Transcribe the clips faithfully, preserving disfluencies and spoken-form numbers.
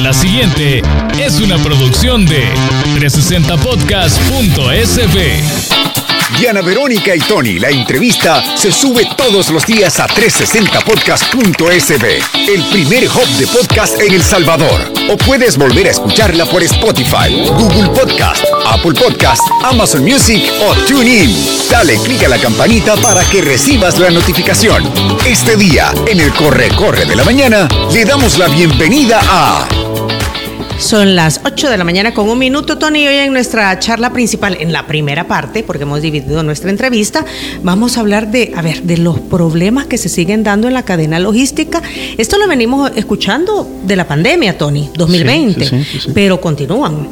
La siguiente es una producción de trescientos sesenta podcast punto es be. Diana Verónica y Tony, la entrevista se sube todos los días a trescientos sesenta podcast punto es be, el primer hub de podcast en El Salvador. O puedes volver a escucharla por Spotify, Google Podcast, Apple Podcast, Amazon Music o TuneIn. Dale clic a la campanita para que recibas la notificación. Este día, en el Corre Corre de la Mañana, le damos la bienvenida a... Son las ocho de la mañana con un minuto, Tony. Hoy en nuestra charla principal, en la primera parte, porque hemos dividido nuestra entrevista, vamos a hablar de, a ver, de los problemas que se siguen dando en la cadena logística. Esto lo venimos escuchando de la pandemia, Tony, dos mil veinte, sí, sí, sí, sí. Pero continúan.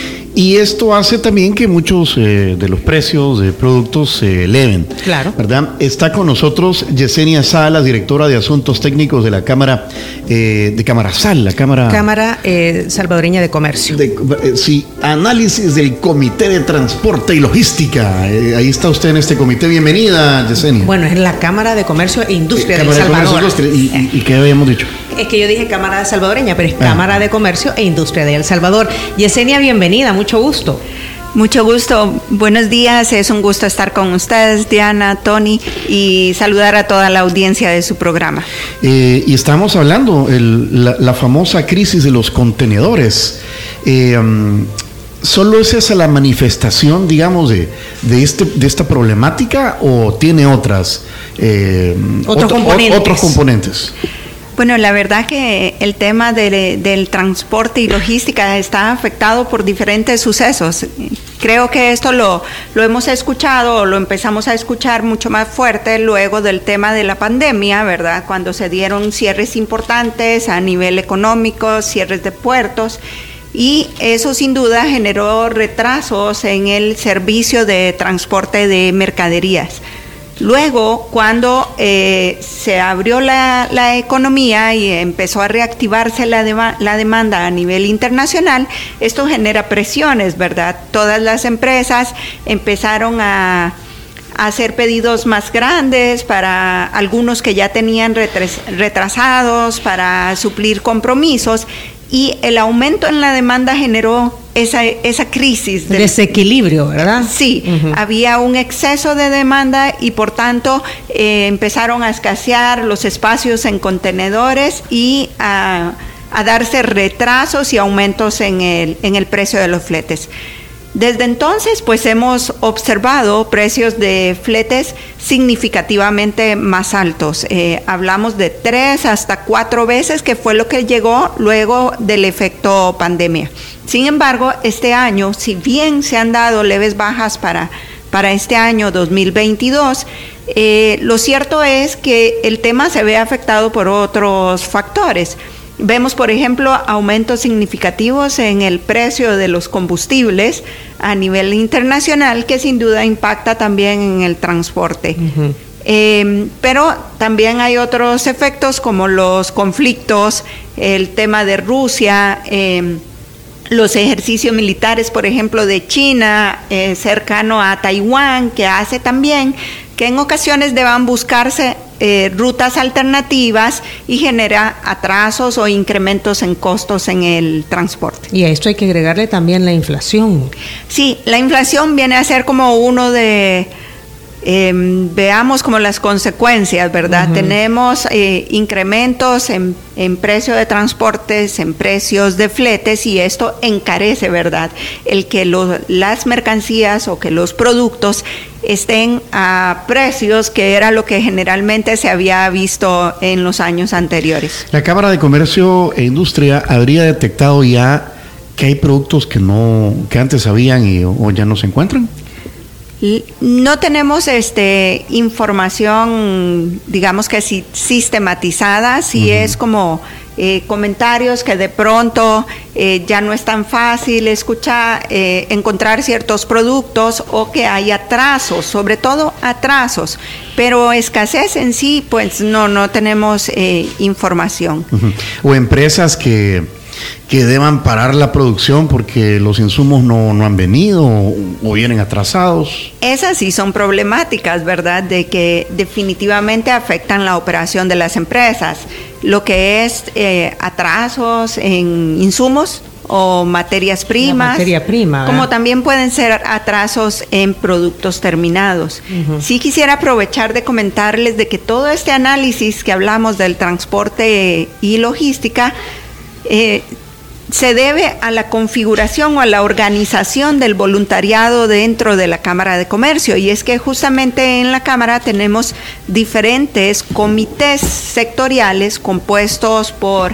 Y esto hace también que muchos eh, de los precios de productos se eleven. Claro. ¿Verdad? Está con nosotros Yesenia Salas, directora de Asuntos Técnicos de la Cámara, eh, de Cámarasal, la Cámara... Cámara eh, Salvadoreña de Comercio. De, eh, sí, análisis del Comité de Transporte y Logística. Eh, ahí está usted en este comité. Bienvenida, Yesenia. Bueno, es la Cámara de Comercio e Industria eh, de El Salvador. De Comercio, y, y, ¿Y qué habíamos dicho? Es que yo dije Cámara Salvadoreña, pero es ah. Cámara de Comercio e Industria de El Salvador. Yesenia, bienvenida, mucho gusto. Mucho gusto, buenos días, es un gusto estar con ustedes, Diana, Tony, y saludar a toda la audiencia de su programa. Eh, y estamos hablando, el, la, la famosa crisis de los contenedores. Eh, um, ¿Solo es esa la manifestación, digamos, de, de, este, de esta problemática o tiene otras, eh, ¿Otros, otro, componentes? O, otros componentes? Bueno, la verdad que el tema de, del transporte y logística está afectado por diferentes sucesos. Creo que esto lo, lo hemos escuchado, o lo empezamos a escuchar mucho más fuerte luego del tema de la pandemia, ¿verdad? Cuando se dieron cierres importantes a nivel económico, cierres de puertos, y eso sin duda generó retrasos en el servicio de transporte de mercaderías. Luego, cuando eh, se abrió la, la economía y empezó a reactivarse la, dema- la demanda a nivel internacional, esto genera presiones, ¿verdad? Todas las empresas empezaron a, a hacer pedidos más grandes para algunos que ya tenían retras- retrasados, para suplir compromisos, y el aumento en la demanda generó esa, esa crisis. Del desequilibrio, ¿verdad? Sí, uh-huh. Había un exceso de demanda y por tanto eh, empezaron a escasear los espacios en contenedores y a, a darse retrasos y aumentos en el, en el precio de los fletes. Desde entonces, pues hemos observado precios de fletes significativamente más altos. Eh, hablamos de tres hasta cuatro veces, que fue lo que llegó luego del efecto pandemia. Sin embargo, este año, si bien se han dado leves bajas para, para este año dos mil veintidós, eh, lo cierto es que el tema se ve afectado por otros factores. Vemos, por ejemplo, aumentos significativos en el precio de los combustibles a nivel internacional, que sin duda impacta también en el transporte. Uh-huh. Eh, pero también hay otros efectos como los conflictos, el tema de Rusia, eh, los ejercicios militares, por ejemplo, de China, eh, cercano a Taiwán, que hace también que en ocasiones deban buscarse Eh, rutas alternativas y genera atrasos o incrementos en costos en el transporte. Y a esto hay que agregarle también la inflación. Sí, la inflación viene a ser como uno de, eh, veamos como las consecuencias, ¿verdad? Uh-huh. Tenemos eh, incrementos en, en precio de transportes, en precios de fletes, y esto encarece, ¿verdad? El que lo, las mercancías o que los productos estén a precios que era lo que generalmente se había visto en los años anteriores. La Cámara de Comercio e Industria habría detectado ya que hay productos que no, que antes habían y o ya no se encuentran. No tenemos este información, digamos que si, sistematizada, si uh-huh. es como eh, comentarios que de pronto eh, ya no es tan fácil escuchar, eh, encontrar ciertos productos, o que hay atrasos, sobre todo atrasos, pero escasez en sí, pues no, no tenemos eh, información. Uh-huh. O empresas que que deban parar la producción porque los insumos no, no han venido o, o vienen atrasados. Esas sí son problemáticas, ¿verdad? De que definitivamente afectan la operación de las empresas. lo que es eh, atrasos en insumos o materias primas, materia prima, ¿verdad? Como también pueden ser atrasos en productos terminados. Uh-huh. Sí quisiera aprovechar de comentarles de que todo este análisis que hablamos del transporte y logística eh, se debe a la configuración o a la organización del voluntariado dentro de la Cámara de Comercio, y es que justamente en la Cámara tenemos diferentes comités sectoriales compuestos por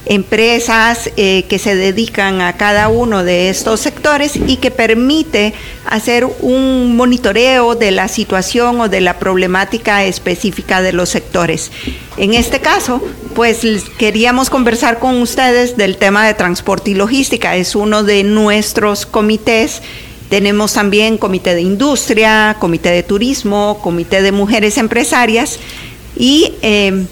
empresas eh, que se dedican a cada uno de estos sectores y que permite hacer un monitoreo de la situación o de la problemática específica de los sectores. En este caso, pues queríamos conversar con ustedes del tema de transporte y logística. Es uno de nuestros comités. Tenemos también comité de industria, comité de turismo, comité de mujeres empresarias y eh,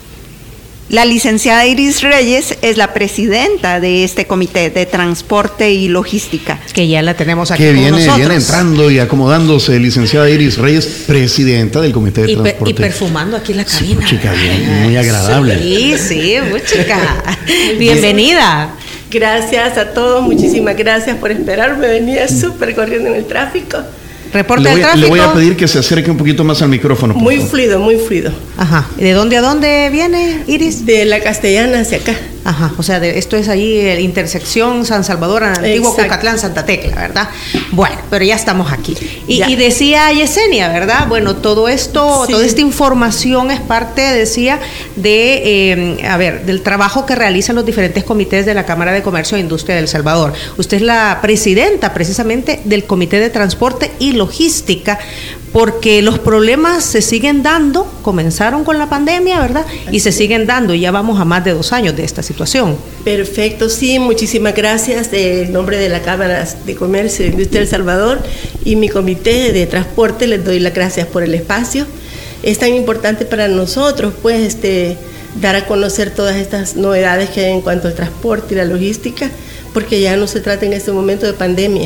la licenciada Iris Reyes es la presidenta de este comité de transporte y logística. Que ya la tenemos aquí que con viene, nosotros. viene entrando y acomodándose, licenciada Iris Reyes, presidenta del comité de y transporte. Pe- y perfumando aquí la cabina. Sí, chica, bien, muy agradable. Sí, sí, muy chica. Bienvenida. Gracias a todos, muchísimas gracias por esperarme. Venía súper corriendo en el tráfico. Reporte le voy, del tráfico. Le voy a pedir que se acerque un poquito más al micrófono. Muy favor. fluido, muy fluido. Ajá. ¿De dónde a dónde viene, Iris? De la Castellana hacia acá. Ajá, o sea, de, esto es ahí, eh, intersección San Salvador, Antiguo Exacto. Cucatlán, Santa Tecla, ¿verdad? Bueno, pero ya estamos aquí. Y, Ya. y decía Yesenia, ¿verdad? Bueno, todo esto, Sí. toda esta información es parte, decía, de, eh, a ver, del trabajo que realizan los diferentes comités de la Cámara de Comercio e Industria de El Salvador. Usted es la presidenta, precisamente, del Comité de Transporte y Logística, porque los problemas se siguen dando, comenzaron con la pandemia, ¿verdad? Y se siguen dando, y ya vamos a más de dos años de esta situación. Perfecto, sí, muchísimas gracias. En nombre de la Cámara de Comercio e Industria de El Salvador y mi comité de transporte les doy las gracias por el espacio. Es tan importante para nosotros, pues, este, dar a conocer todas estas novedades que hay en cuanto al transporte y la logística, porque ya no se trata en este momento de pandemia.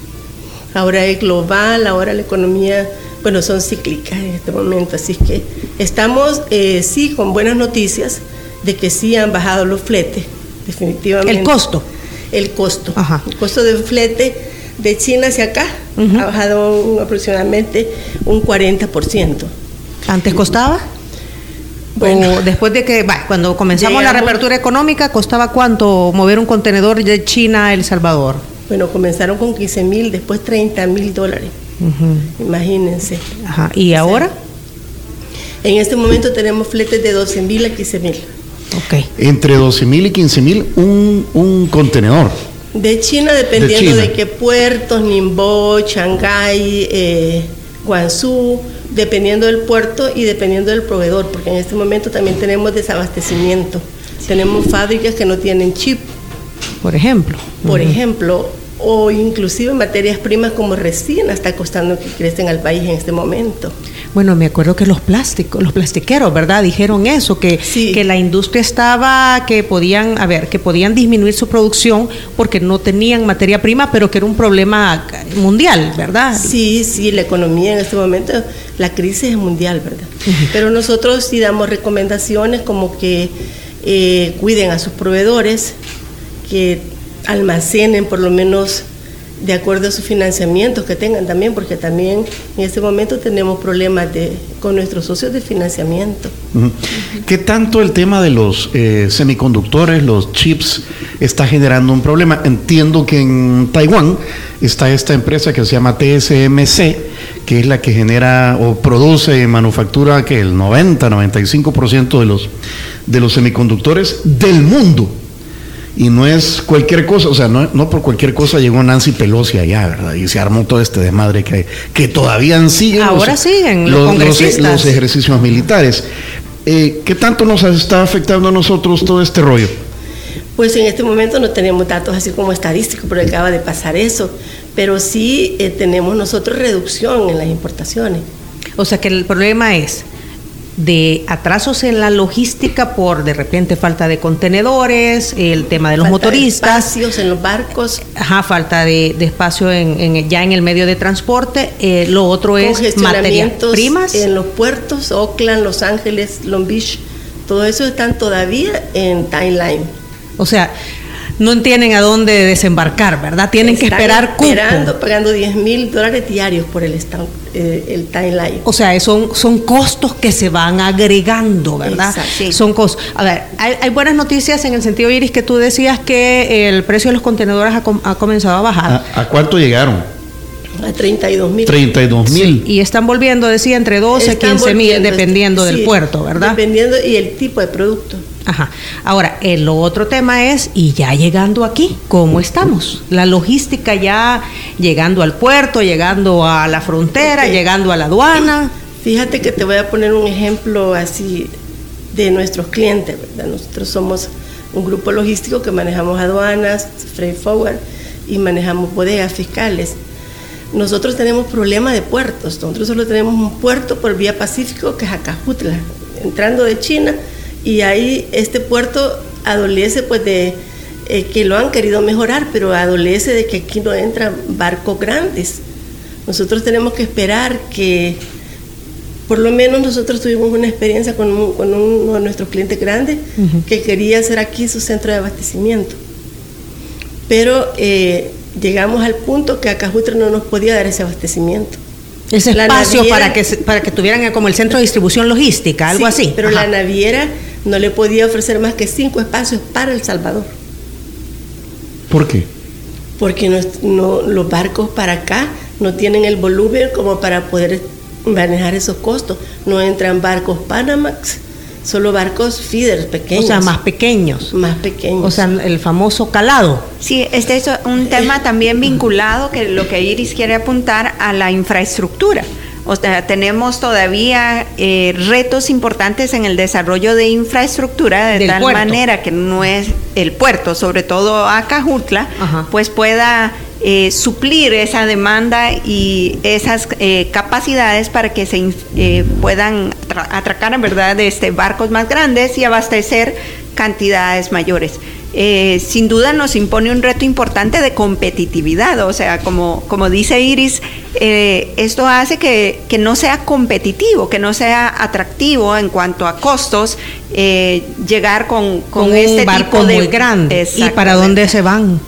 Ahora es global, ahora la economía, bueno, son cíclicas en este momento, así que estamos, eh, sí, con buenas noticias de que sí han bajado los fletes, definitivamente. ¿El costo? El costo. Ajá. El costo del flete de China hacia acá Uh-huh. ha bajado un, aproximadamente un cuarenta por ciento. ¿Antes costaba? Bueno, O después de que, bah, cuando comenzamos la llegamos- reapertura económica, ¿costaba cuánto mover un contenedor de China a El Salvador? bueno, comenzaron con quince mil, después treinta mil dólares. Uh-huh. Imagínense. Ajá. ¿Y ahora? En este momento tenemos fletes de doce mil a quince mil. Ok. Entre doce mil y quince mil, un, un contenedor. De China, dependiendo De de, China. qué puertos, Ningbo, Shanghái, eh, Guangzhou, dependiendo del puerto y dependiendo del proveedor, porque en este momento también tenemos desabastecimiento. Tenemos fábricas que no tienen chip, Por ejemplo. por Ujú. ejemplo, o inclusive materias primas como resina está costando que crecen al país en este momento. Bueno, me acuerdo que los plásticos, los plastiqueros, ¿verdad? Dijeron eso, que, Sí. que la industria estaba, que podían, a ver, que podían disminuir su producción porque no tenían materia prima, pero que era un problema mundial, ¿verdad? Sí, sí, la economía en este momento, la crisis es mundial, ¿verdad? Pero nosotros sí damos recomendaciones como que eh, cuiden a sus proveedores, que almacenen por lo menos de acuerdo a sus financiamientos que tengan también, porque también en este momento tenemos problemas de, con nuestros socios de financiamiento. Ujú. ¿Qué tanto el tema de los eh, semiconductores, los chips, está generando un problema? Entiendo que en Taiwán está esta empresa que se llama T S M C, que es la que genera o produce y manufactura que el noventa, noventa y cinco por ciento de los, de los semiconductores del mundo. Y no es cualquier cosa, o sea, no, no por cualquier cosa llegó Nancy Pelosi allá, ¿verdad? Y se armó todo este desmadre que, que todavía siguen Ahora los, siguen los los, congresistas. los ejercicios militares. Eh, ¿Qué tanto nos está afectando a nosotros todo este rollo? Pues en este momento no tenemos datos así como estadísticos, porque acaba de pasar eso, pero sí eh, tenemos nosotros reducción en las importaciones. O sea que el problema es de atrasos en la logística por de repente falta de contenedores, el tema de los Falta de motoristas, espacios en los barcos, ajá, falta de, de espacio en, en- ya en el medio de transporte, eh, lo otro es materias congestionamientos primas. en los puertos, Oakland, Los Ángeles, Long Beach, Todo eso están todavía en timeline. O sea, no tienen a dónde desembarcar, ¿verdad? Tienen Están que esperar cupo. esperando, pagando diez mil dólares diarios por el, stand, eh, el timeline. O sea, son, son costos que se van agregando, ¿verdad? Exacto, sí. Son costos. A ver, hay, hay buenas noticias en el sentido, Iris, que tú decías que el precio de los contenedores ha, com- ha comenzado a bajar. ¿A, a cuánto llegaron? A treinta y dos mil. treinta y dos mil. Y están volviendo, decía, entre doce, Están quince mil, volviendo, dependiendo sí, del puerto, ¿verdad? Dependiendo y el tipo de producto. Ajá. Ahora, el otro tema es, y ya llegando aquí, ¿cómo estamos? La logística ya llegando al puerto, llegando a la frontera, Ok. llegando a la aduana. Fíjate que te voy a poner un ejemplo así de nuestros clientes, ¿verdad? Nosotros somos un grupo logístico que manejamos aduanas, freight forward y manejamos bodegas fiscales. Nosotros tenemos problemas de puertos. Nosotros solo tenemos un puerto por vía Pacífico que es Acajutla, entrando de China, y ahí este puerto adolece pues de eh, que lo han querido mejorar, pero adolece de que aquí no entran barcos grandes. Nosotros tenemos que esperar que, por lo menos nosotros tuvimos una experiencia con, un, con uno de nuestros clientes grandes uh-huh. que quería hacer aquí su centro de abastecimiento, pero eh, llegamos al punto que Acajutla no nos podía dar ese abastecimiento. Ese la espacio naviera, para que para que tuvieran como el centro de distribución logística, algo sí, así. Pero Ajá. la naviera no le podía ofrecer más que cinco espacios para El Salvador. ¿Por qué? Porque no, no, los barcos para acá no tienen el volumen como para poder manejar esos costos. No entran barcos Panamax, solo barcos feeder pequeños. O sea, más pequeños. Más pequeños. O sea, el famoso calado. Sí, este es un tema también vinculado, que lo que Iris quiere apuntar, a la infraestructura. O sea, tenemos todavía eh, retos importantes en el desarrollo de infraestructura, de Del tal puerto. manera que no es el puerto, sobre todo Acajutla, Ajá. pues pueda eh, suplir esa demanda y esas eh, capacidades para que se eh, puedan tra- atracar, en verdad, este, barcos más grandes y abastecer cantidades mayores. Eh, sin duda nos impone un reto importante de competitividad, o sea, como, como dice Iris, eh, esto hace que, que no sea competitivo, que no sea atractivo en cuanto a costos, eh, llegar con, con, Con este un barco tipo de... muy grande. ¿Y para Exactamente. dónde se van?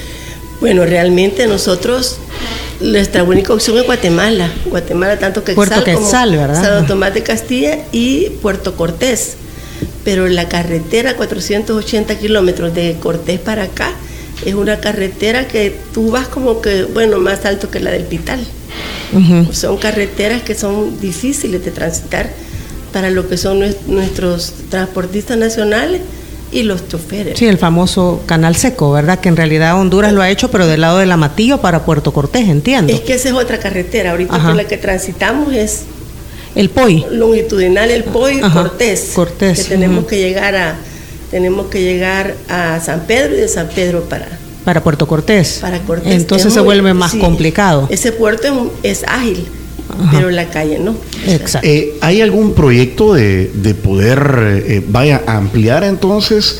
Bueno, realmente nosotros, nuestra única opción es Guatemala. Guatemala, tanto Quetzal Puerto Quetzal, como ¿verdad? Santo Tomás de Castilla y Puerto Cortés. Pero la carretera, cuatrocientos ochenta kilómetros de Cortés para acá, es una carretera que tú vas como que, bueno, más alto que la del Pital. Uh-huh. Son carreteras que son difíciles de transitar para lo que son nuestros transportistas nacionales y los choferes. Sí, el famoso canal seco, ¿verdad? Que en realidad Honduras lo ha hecho, pero del lado del Amatillo para Puerto Cortés, entiendo. Es que esa es otra carretera. Ahorita Ajá. por la que transitamos es El P O I. longitudinal, el P O I Ajá. Cortés. Cortés, Que tenemos ujú. que llegar a tenemos que llegar a San Pedro y de San Pedro para Para Puerto Cortés. para Cortés. Entonces Es se muy- vuelve más sí, complicado. Ese puerto es, un- es ágil, Ajá. pero la calle no. Exacto. Eh, ¿Hay algún proyecto de, de poder, eh, vaya, a ampliar entonces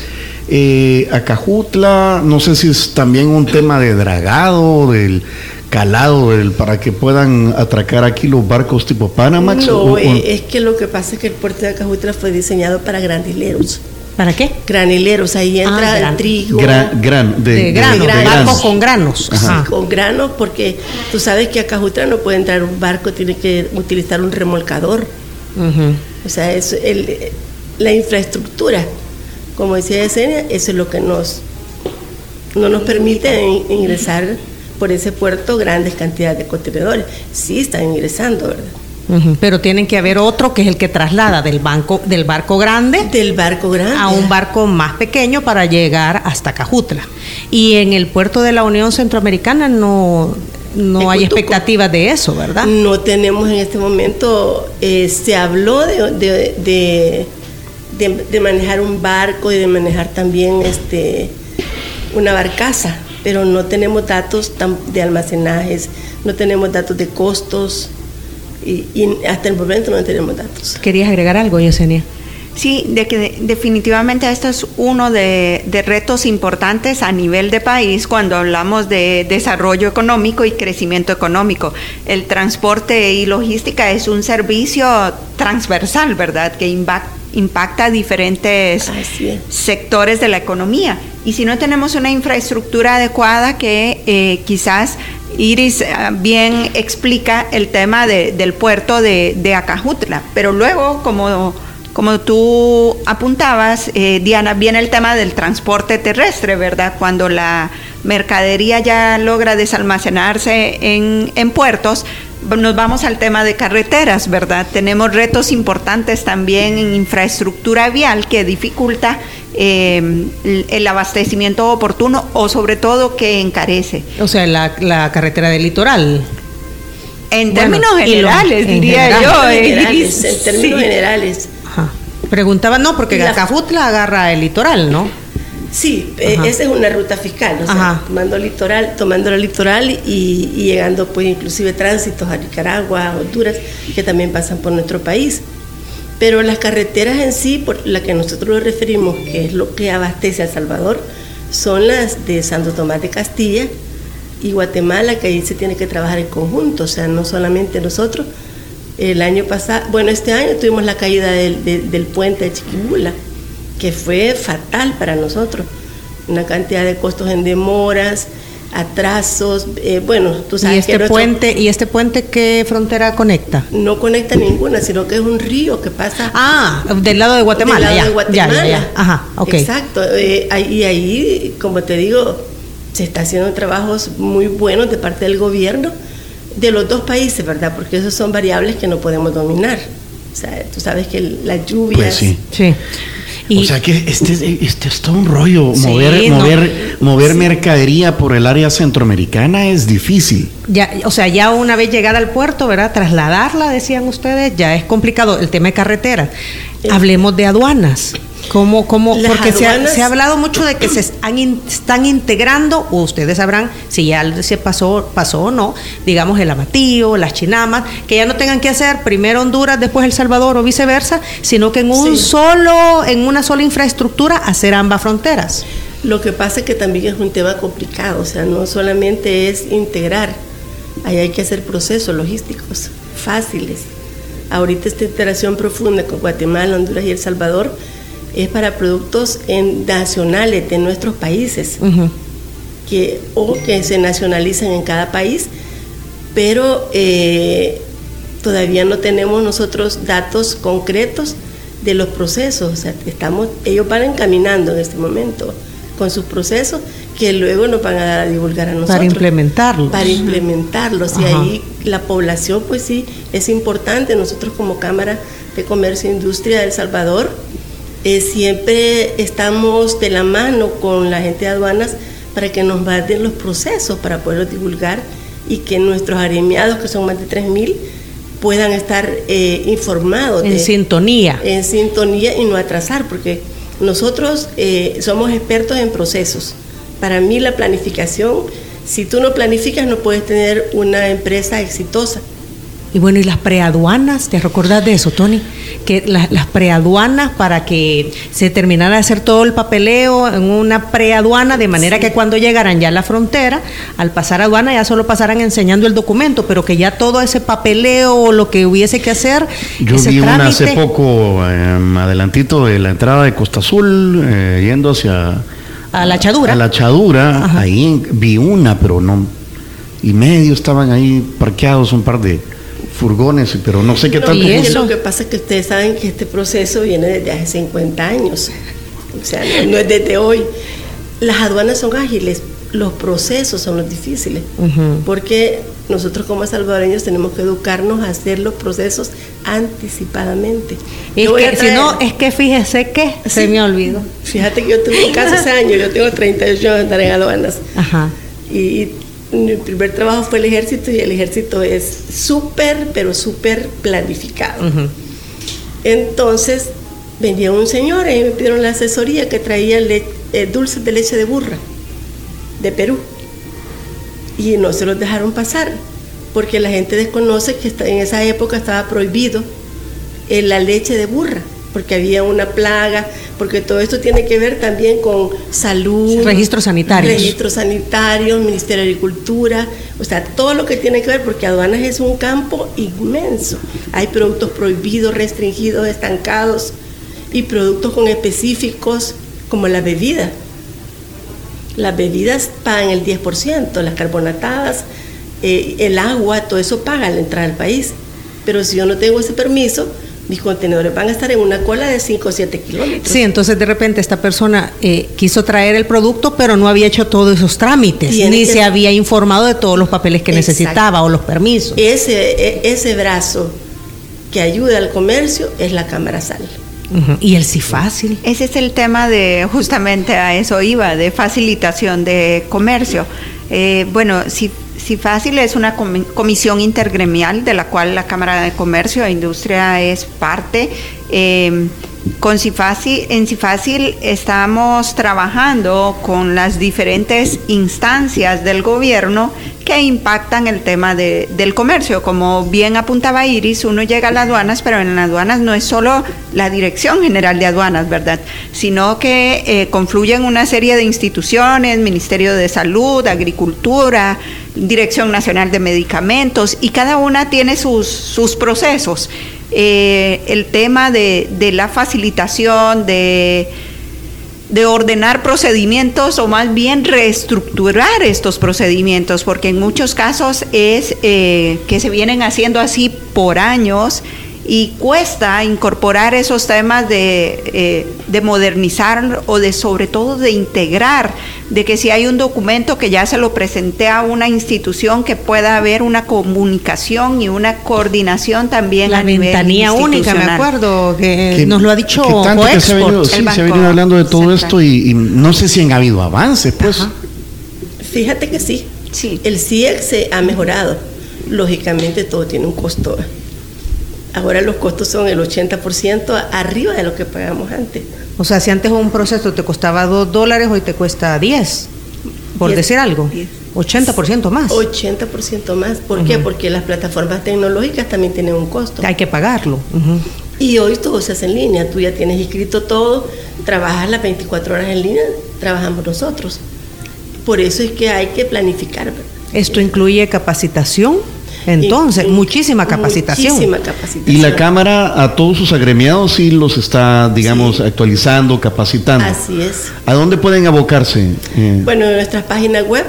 eh, Acajutla? No sé si es también un tema de dragado, del calado, del, para que puedan atracar aquí los barcos tipo Panamax. No, o- o- eh, es que lo que pasa es que el puerto de Acajutla fue diseñado para granileros. ¿Para qué? Granileros, ahí entra Ah, gran- el trigo. gran, gran, de, De, de- grano, de granos. barcos granos. con granos. Ajá. Con granos, porque tú sabes que a Acajutla no puede entrar un barco, tiene que utilizar un remolcador. Ujú. O sea, es el, la infraestructura, como decía Yesenia, eso es lo que nos no nos permite in- ingresar por ese puerto grandes cantidades de contenedores. Sí están ingresando, ¿verdad? Ujú. Pero tienen que haber otro que es el que traslada del banco del barco grande Del barco grande. a un barco más pequeño para llegar hasta Acajutla. Y en el puerto de la Unión Centroamericana no, no En hay Cutuco. expectativas de eso, ¿verdad? No tenemos en este momento, eh, se habló de, de, de, de- de manejar un barco y de manejar también este una barcaza, pero no tenemos datos tam- de almacenajes, no tenemos datos de costos y, y hasta el momento no tenemos datos. ¿Querías agregar algo, Yesenia? Sí, de que de- definitivamente esto es uno de, de retos importantes a nivel de país cuando hablamos de desarrollo económico y crecimiento económico. El transporte y logística es un servicio transversal, ¿verdad? Que imba- impacta a diferentes sectores de la economía. Y si no tenemos una infraestructura adecuada, que eh, quizás Iris uh, bien explica el tema de, del puerto de, de Acajutla, pero luego, como, como tú apuntabas, eh, Diana, viene el tema del transporte terrestre, ¿verdad? Cuando la mercadería ya logra desalmacenarse en, en puertos, nos vamos al tema de carreteras, ¿verdad? Tenemos retos importantes también en infraestructura vial que dificulta eh, el abastecimiento oportuno o sobre todo que encarece. O sea, la, la carretera del litoral. En bueno, términos generales, lo, diría en yo. Generales, en términos sí. generales. Ajá. Preguntaba, no, porque Acajutla agarra el litoral, ¿no? Sí, eh, esa es una ruta fiscal, o sea, Ajá. tomando litoral, tomando el litoral y, y llegando pues inclusive tránsitos a Nicaragua, a Honduras, que también pasan por nuestro país. Pero las carreteras en sí, por la que nosotros nos referimos, que es lo que abastece a El Salvador, son las de Santo Tomás de Castilla y Guatemala, que ahí se tiene que trabajar en conjunto, o sea, no solamente nosotros. El año pasado, bueno, este año tuvimos la caída del, de, del puente de Chiquibula, que fue fatal para nosotros, una cantidad de costos en demoras, atrasos, eh, bueno, tú sabes ¿Y este que nuestro, puente y este puente qué frontera conecta? No conecta ninguna, sino que es un río que pasa. Ah, del lado de Guatemala. Del lado ya, de Guatemala. Ya, ya, ya. Ajá, ok. Exacto, eh, y ahí, como te digo, se está haciendo trabajos muy buenos de parte del gobierno de los dos países, ¿verdad? Porque esos son variables que no podemos dominar. O sea, tú sabes que las lluvias. Pues sí. Sí. Y, o sea que este, este es todo un rollo. Sí, mover no, mover, mover sí. mercadería por el área centroamericana es difícil. Ya, o sea, ya una vez llegada al puerto, ¿verdad? Trasladarla, decían ustedes, ya es complicado. El tema de carreteras. Eh, Hablemos de aduanas. ¿Cómo, cómo? Porque se ha, se ha hablado mucho de que se están, in, están integrando, o ustedes sabrán si ya se pasó, pasó o no, digamos el Amatillo, las Chinamas, que ya no tengan que hacer primero Honduras, después El Salvador o viceversa, sino que en un sí. solo, en una sola infraestructura hacer ambas fronteras. Lo que pasa es que también es un tema complicado, o sea, no solamente es integrar, ahí hay que hacer procesos logísticos fáciles. Ahorita esta integración profunda con Guatemala, Honduras y El Salvador es para productos en, nacionales de nuestros países, uh-huh. que, o que se nacionalizan en cada país, pero eh, todavía no tenemos nosotros datos concretos de los procesos. O sea, estamos, ellos van encaminando en este momento con sus procesos que luego nos van a divulgar a nosotros. Para implementarlos. Para implementarlos. Uh-huh. Y ahí la población, pues sí, es importante. Nosotros como Cámara de Comercio e Industria de El Salvador, Eh, siempre estamos de la mano con la gente de aduanas para que nos den los procesos para poderlos divulgar y que nuestros agremiados, que son más de tres mil, puedan estar eh, informados. En de, sintonía. En sintonía y no atrasar, porque nosotros eh, somos expertos en procesos. Para mí la planificación, si tú no planificas no puedes tener una empresa exitosa. Y bueno, ¿y las preaduanas? ¿Te recordás de eso, Tony? Que las, las preaduanas, para que se terminara de hacer todo el papeleo en una preaduana, de manera sí. que cuando llegaran ya a la frontera, al pasar aduana ya solo pasaran enseñando el documento, pero que ya todo ese papeleo o lo que hubiese que hacer, yo ese vi trámite, una hace poco, eh, adelantito de la entrada de Costa Azul, eh, yendo hacia... A la Chadura. A la Chadura, Ajá. ahí vi una, pero no... Y medio estaban ahí parqueados un par de... furgones, pero no sé qué tanto. Y es lo que pasa es que ustedes saben que este proceso viene desde hace cincuenta años, o sea, no, no es desde hoy. Las aduanas son ágiles, los procesos son los difíciles, uh-huh. porque nosotros como salvadoreños tenemos que educarnos a hacer los procesos anticipadamente. Es que, si no, es que fíjese que ¿Sí? se me olvidó. Fíjate que yo tuve un caso hace años, yo tengo treinta y ocho años de estar en aduanas. Ajá. Y mi primer trabajo fue el ejército y el ejército es súper, pero súper planificado. Uh-huh. Entonces venía un señor y me pidieron la asesoría que traía le- eh, dulces de leche de burra de Perú y no se los dejaron pasar porque la gente desconoce que está, en esa época estaba prohibido eh, la leche de burra, porque había una plaga, porque todo esto tiene que ver también con salud, registros sanitarios, registros sanitarios, Ministerio de Agricultura, o sea, todo lo que tiene que ver, porque aduanas es un campo inmenso, hay productos prohibidos, restringidos, estancados, y productos con específicos como la bebida. Las bebidas pagan el diez por ciento, las carbonatadas, eh, el agua, todo eso paga al entrar al país. Pero si yo no tengo ese permiso, mis contenedores van a estar en una cola de cinco o siete kilómetros. Sí, entonces de repente esta persona eh, quiso traer el producto, pero no había hecho todos esos trámites, Tiene ni que... se había informado de todos los papeles que Exacto. necesitaba o los permisos. Ese, ese brazo que ayuda al comercio es la Cámara Sal. Uh-huh. Y el CIFácil. Ese es el tema de, justamente a eso iba, de facilitación de comercio. Eh, bueno, si CIFácil es una comisión intergremial de la cual la Cámara de Comercio e Industria es parte. Eh, con CIFácil, en CIFácil estamos trabajando con las diferentes instancias del gobierno que impactan el tema de, del comercio. Como bien apuntaba Iris, uno llega a las aduanas, pero en las aduanas no es solo la Dirección General de Aduanas, ¿verdad? Sino que eh, confluyen una serie de instituciones, Ministerio de Salud, Agricultura, Dirección Nacional de Medicamentos, y cada una tiene sus, sus procesos. Eh, el tema de, de la facilitación, de, de ordenar procedimientos o más bien reestructurar estos procedimientos, porque en muchos casos es eh, que se vienen haciendo así por años y cuesta incorporar esos temas de, eh, de modernizar o de sobre todo de integrar, de que si hay un documento que ya se lo presenté a una institución, que pueda haber una comunicación y una coordinación también la a nivel ventanilla única, me acuerdo que, que nos lo ha dicho que tanto que se ha venido, sí, se ha venido hablando de todo esto y, y no sé si han habido avances, pues. Ajá. Fíjate que sí, sí. El C I E X se ha mejorado. Lógicamente todo tiene un costo. Ahora los costos son el ochenta por ciento arriba de lo que pagamos antes. O sea, si antes un proceso te costaba dos dólares, hoy te cuesta diez, por diez, decir algo. diez. ochenta por ciento más. ochenta por ciento más. ¿Por uh-huh. qué? Porque las plataformas tecnológicas también tienen un costo. Hay que pagarlo. Uh-huh. Y hoy todo se hace en línea. Tú ya tienes inscrito todo, trabajas las veinticuatro horas en línea, trabajamos nosotros. Por eso es que hay que planificar, ¿verdad? ¿Esto incluye capacitación? Entonces, y, muchísima capacitación. Muchísima capacitación. Y la Cámara a todos sus agremiados sí los está, digamos, sí. actualizando, capacitando. Así es. ¿A dónde pueden abocarse? Eh. Bueno, en nuestra página web,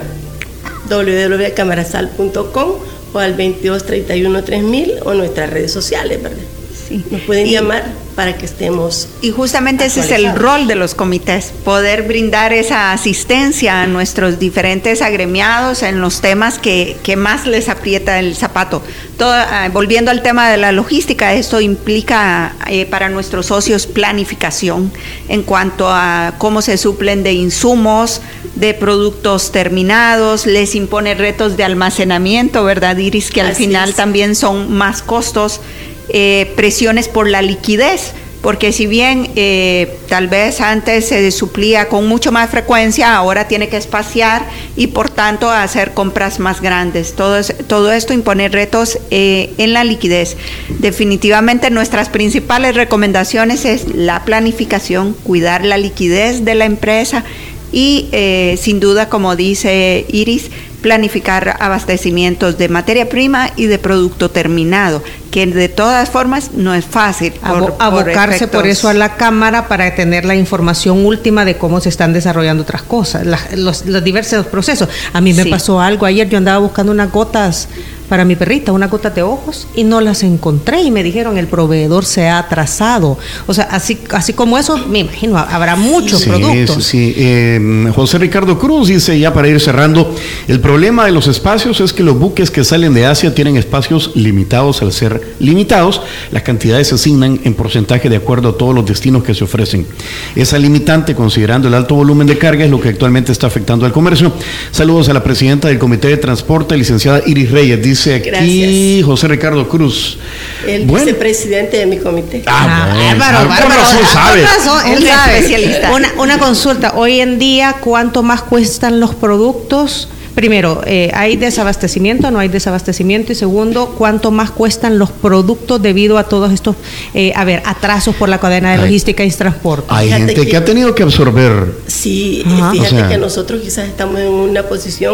doble u doble u doble u punto camarasal punto com, o al veintidós treinta y uno tres mil, o nuestras redes sociales, ¿verdad? Sí. Nos pueden y, llamar para que estemos. Y justamente ese es el rol de los comités, poder brindar esa asistencia a nuestros diferentes agremiados en los temas que, que más les aprieta el zapato. Todo, eh, volviendo al tema de la logística, esto implica eh, para nuestros socios planificación en cuanto a cómo se suplen de insumos, de productos terminados, les impone retos de almacenamiento, ¿verdad, Iris? Que al Así final es. También son más costos. Eh, presiones por la liquidez, porque si bien eh, tal vez antes se suplía con mucho más frecuencia, ahora tiene que espaciar y por tanto hacer compras más grandes. Todo, es, todo esto impone retos eh, en la liquidez. Definitivamente nuestras principales recomendaciones es la planificación, cuidar la liquidez de la empresa y eh, sin duda, como dice Iris, planificar abastecimientos de materia prima y de producto terminado, que de todas formas no es fácil. Por, abocarse por, por eso a la Cámara para tener la información última de cómo se están desarrollando otras cosas, la, los, los diversos procesos. A mí me sí. pasó algo ayer, yo andaba buscando unas gotas para mi perrita, unas gotas de ojos, y no las encontré y me dijeron el proveedor se ha atrasado. O sea, así así como eso, me imagino, habrá muchos sí, productos. Sí, sí. Eh, José Ricardo Cruz dice, ya para ir cerrando, el problema de los espacios es que los buques que salen de Asia tienen espacios limitados. Al ser limitados, las cantidades se asignan en porcentaje de acuerdo a todos los destinos que se ofrecen. Esa limitante, considerando el alto volumen de carga, es lo que actualmente está afectando al comercio. Saludos a la presidenta del Comité de Transporte, licenciada Iris Reyes. Dice aquí Gracias. José Ricardo Cruz. El bueno. vicepresidente de mi comité. Ah, ah bueno. Bárbaro, bárbaro. Sabe. Razón, él sabe. Especialista. Una, una consulta. Hoy en día, ¿cuánto más cuestan los productos? Primero, eh, ¿hay desabastecimiento o no hay desabastecimiento? Y segundo, ¿cuánto más cuestan los productos debido a todos estos, eh, a ver, atrasos por la cadena de hay, logística y transporte? Hay fíjate gente que, que ha tenido que absorber. Sí, Ajá. fíjate o sea, que nosotros quizás estamos en una posición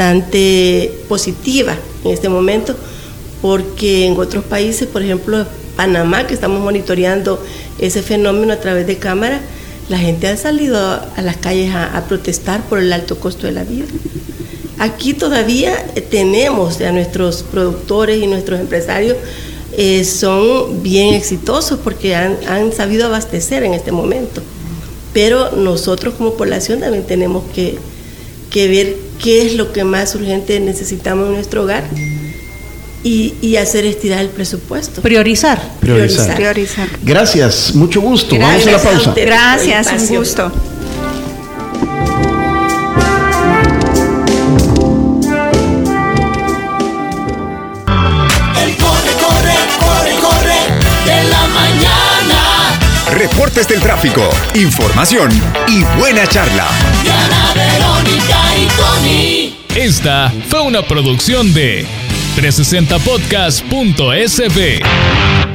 bastante positiva en este momento, porque en otros países, por ejemplo, Panamá, que estamos monitoreando ese fenómeno a través de cámara, la gente ha salido a las calles a, a protestar por el alto costo de la vida. Aquí todavía tenemos a nuestros productores y nuestros empresarios, eh, son bien exitosos porque han, han sabido abastecer en este momento. Pero nosotros como población también tenemos que, que ver qué es lo que más urgente necesitamos en nuestro hogar y, y hacer estirar el presupuesto. Priorizar. Priorizar. Priorizar. Gracias, mucho gusto. Gracias. Vamos a la pausa. usted. Gracias, un gusto. Reportes del tráfico, información y buena charla. Diana, Verónica y Tony. Esta fue una producción de trescientos sesenta podcast punto es be.